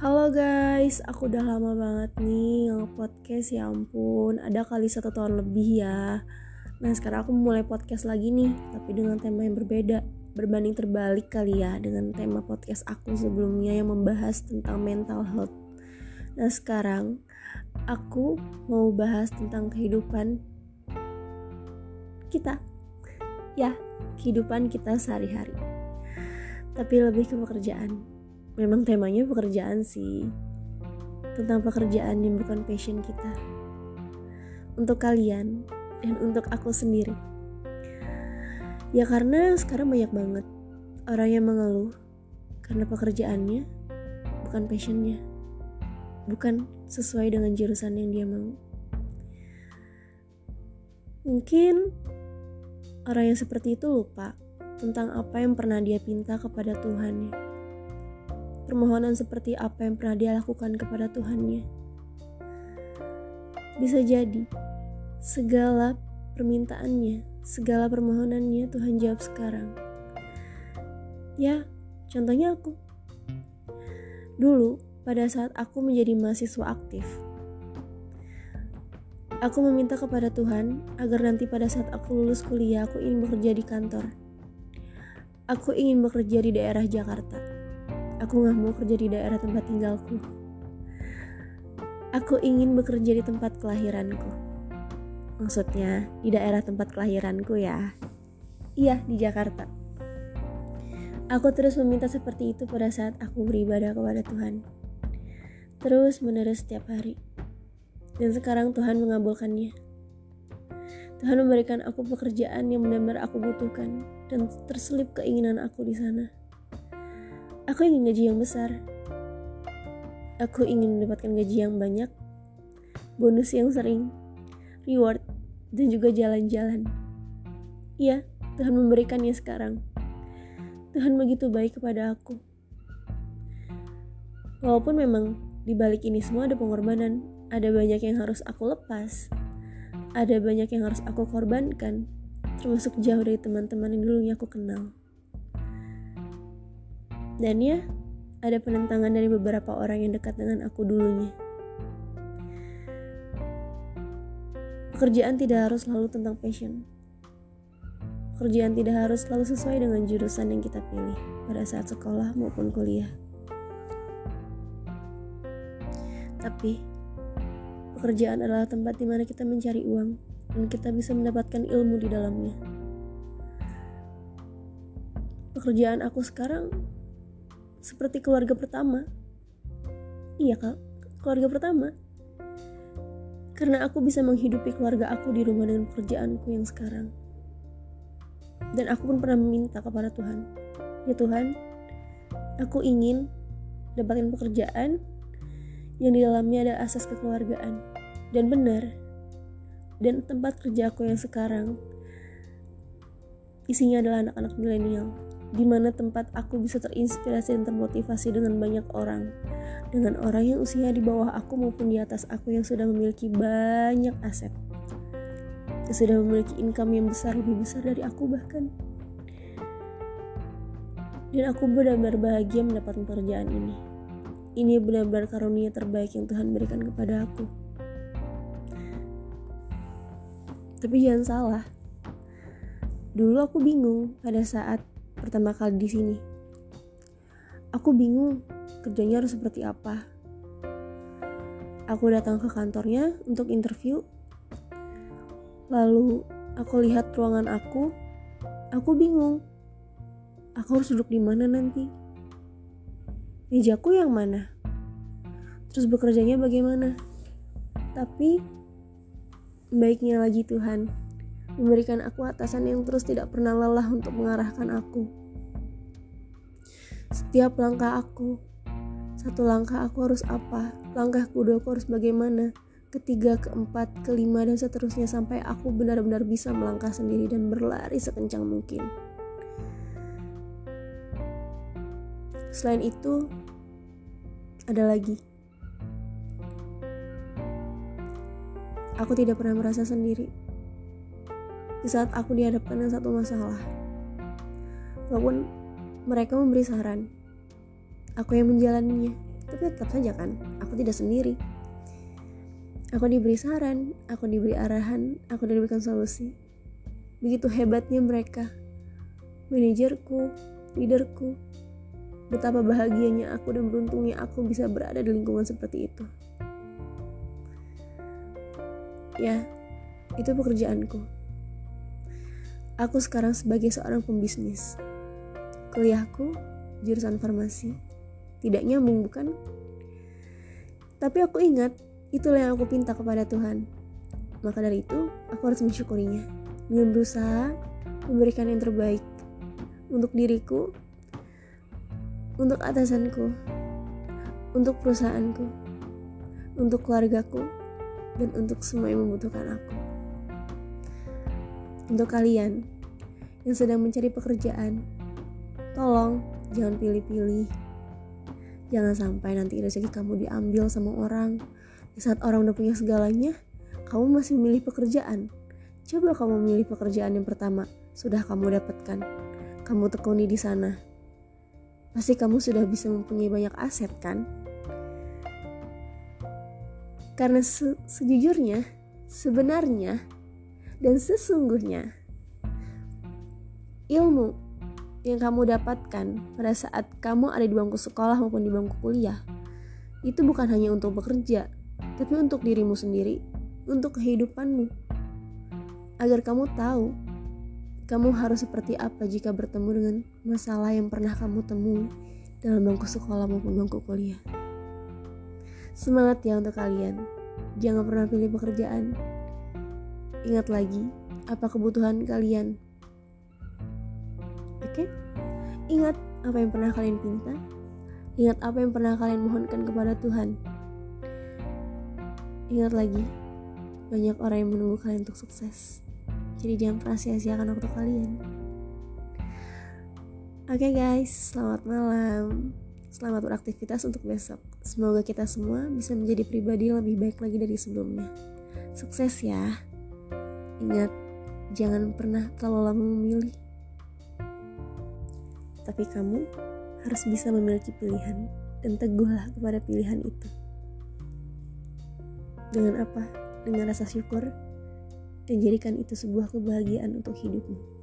Halo guys, aku udah lama banget nih nge-podcast, ya ampun, ada kali 1 tahun lebih ya. Nah sekarang aku mulai podcast lagi nih, tapi dengan tema yang berbeda, berbanding terbalik kali ya dengan tema podcast aku sebelumnya yang membahas tentang mental health. Nah sekarang aku mau bahas tentang kehidupan kita, ya kehidupan kita sehari-hari, tapi lebih ke pekerjaan. Memang temanya pekerjaan sih, tentang pekerjaan yang bukan passion kita. Untuk kalian dan untuk aku sendiri. Ya karena sekarang banyak banget orang yang mengeluh karena pekerjaannya bukan passionnya, bukan sesuai dengan jurusan yang dia mau. Mungkin orang yang seperti itu lupa tentang apa yang pernah dia pinta kepada Tuhannya. Permohonan seperti apa yang pernah dia lakukan kepada Tuhannya. Bisa jadi segala permintaannya, segala permohonannya Tuhan jawab sekarang. Ya, contohnya aku. Dulu, pada saat aku menjadi mahasiswa aktif, aku meminta kepada Tuhan agar nanti pada saat aku lulus kuliah, aku ingin bekerja di kantor. Aku ingin bekerja di daerah Jakarta. Aku gak mau kerja di daerah tempat tinggalku. Aku ingin bekerja di tempat kelahiranku. Maksudnya di daerah tempat kelahiranku ya. Iya, di Jakarta. Aku terus meminta seperti itu pada saat aku beribadah kepada Tuhan. Terus menerus setiap hari. Dan sekarang Tuhan mengabulkannya. Tuhan memberikan aku pekerjaan yang benar-benar aku butuhkan. Dan terselip keinginan aku di sana. Aku ingin gaji yang besar. Aku ingin mendapatkan gaji yang banyak, bonus yang sering, reward, dan juga jalan-jalan. Iya, Tuhan memberikannya sekarang. Tuhan begitu baik kepada aku. Walaupun memang di balik ini semua ada pengorbanan, ada banyak yang harus aku lepas, ada banyak yang harus aku korbankan, termasuk jauh dari teman-teman yang dulunya aku kenal. Dan ya, ada penentangan dari beberapa orang yang dekat dengan aku dulunya. Pekerjaan tidak harus selalu tentang passion. Pekerjaan tidak harus selalu sesuai dengan jurusan yang kita pilih pada saat sekolah maupun kuliah. Tapi, pekerjaan adalah tempat di mana kita mencari uang dan kita bisa mendapatkan ilmu di dalamnya. Pekerjaan aku sekarang seperti keluarga pertama. Iya kak, keluarga pertama. Karena aku bisa menghidupi keluarga aku di rumah dengan pekerjaanku yang sekarang. Dan aku pun pernah meminta kepada Tuhan. Ya Tuhan, aku ingin dapatin pekerjaan yang di dalamnya ada asas kekeluargaan. Dan benar. Dan tempat kerja aku yang sekarang isinya adalah anak-anak milenial, di mana tempat aku bisa terinspirasi dan termotivasi dengan banyak orang, dengan orang yang usianya di bawah aku maupun di atas aku yang sudah memiliki banyak aset, yang sudah memiliki income yang besar, lebih besar dari aku bahkan. Dan aku benar-benar bahagia mendapatkan pekerjaan ini. Ini benar-benar karunia terbaik yang Tuhan berikan kepada aku. Tapi jangan salah, dulu aku bingung pada saat pertama kali di sini. Aku bingung kerjanya harus seperti apa. Aku datang ke kantornya untuk interview. Lalu aku lihat ruangan aku bingung. Aku harus duduk di mana nanti? Mejaku yang mana? Terus bekerjanya bagaimana? Tapi baiknya lagi Tuhan memberikan aku atasan yang terus tidak pernah lelah untuk mengarahkan aku. Setiap langkah aku, satu langkah aku harus apa, langkah kedua aku harus bagaimana, ketiga, keempat, kelima, dan seterusnya sampai aku benar-benar bisa melangkah sendiri dan berlari sekencang mungkin. Selain itu, ada lagi. Aku tidak pernah merasa sendiri di saat aku dihadapkan dengan satu masalah. Walaupun mereka memberi saran, aku yang menjalaninya. Tapi tetap saja kan, aku tidak sendiri. Aku diberi saran, aku diberi arahan, aku diberikan solusi. Begitu hebatnya mereka, manajerku, leaderku. Betapa bahagianya aku dan beruntungnya aku bisa berada di lingkungan seperti itu. Ya, itu pekerjaanku. Aku sekarang sebagai seorang pembisnis. Kuliahku jurusan farmasi. Tidak nyambung bukan? Tapi aku ingat, itulah yang aku pinta kepada Tuhan. Maka dari itu, aku harus mensyukurinya dengan berusaha memberikan yang terbaik untuk diriku, untuk atasanku, untuk perusahaanku, untuk keluargaku, dan untuk semua yang membutuhkan aku. Untuk kalian yang sedang mencari pekerjaan, tolong jangan pilih-pilih. Jangan sampai nanti rezeki kamu diambil sama orang. Di saat orang udah punya segalanya, kamu masih memilih pekerjaan. Coba kamu memilih pekerjaan yang pertama, sudah kamu dapatkan. Kamu tekuni di sana. Pasti kamu sudah bisa mempunyai banyak aset kan? Karena sejujurnya, sebenarnya, dan sesungguhnya, ilmu yang kamu dapatkan pada saat kamu ada di bangku sekolah maupun di bangku kuliah, itu bukan hanya untuk bekerja, tapi untuk dirimu sendiri, untuk kehidupanmu. Agar kamu tahu, kamu harus seperti apa jika bertemu dengan masalah yang pernah kamu temui dalam bangku sekolah maupun bangku kuliah. Semangat ya untuk kalian. Jangan pernah pilih pekerjaan. Ingat lagi, apa kebutuhan kalian. Oke? Ingat apa yang pernah kalian pinta. Ingat apa yang pernah kalian mohonkan kepada Tuhan. Ingat lagi, banyak orang yang menunggu kalian untuk sukses. Jadi jangan pernah sia-siakan waktu kalian. Oke guys, selamat malam. Selamat beraktivitas untuk besok. Semoga kita semua bisa menjadi pribadi yang lebih baik lagi dari sebelumnya. Sukses ya. Ingat, jangan pernah terlalu lama memilih. Tapi kamu harus bisa memiliki pilihan dan teguhlah kepada pilihan itu. Dengan apa? Dengan rasa syukur, dan jadikan itu sebuah kebahagiaan untuk hidupmu.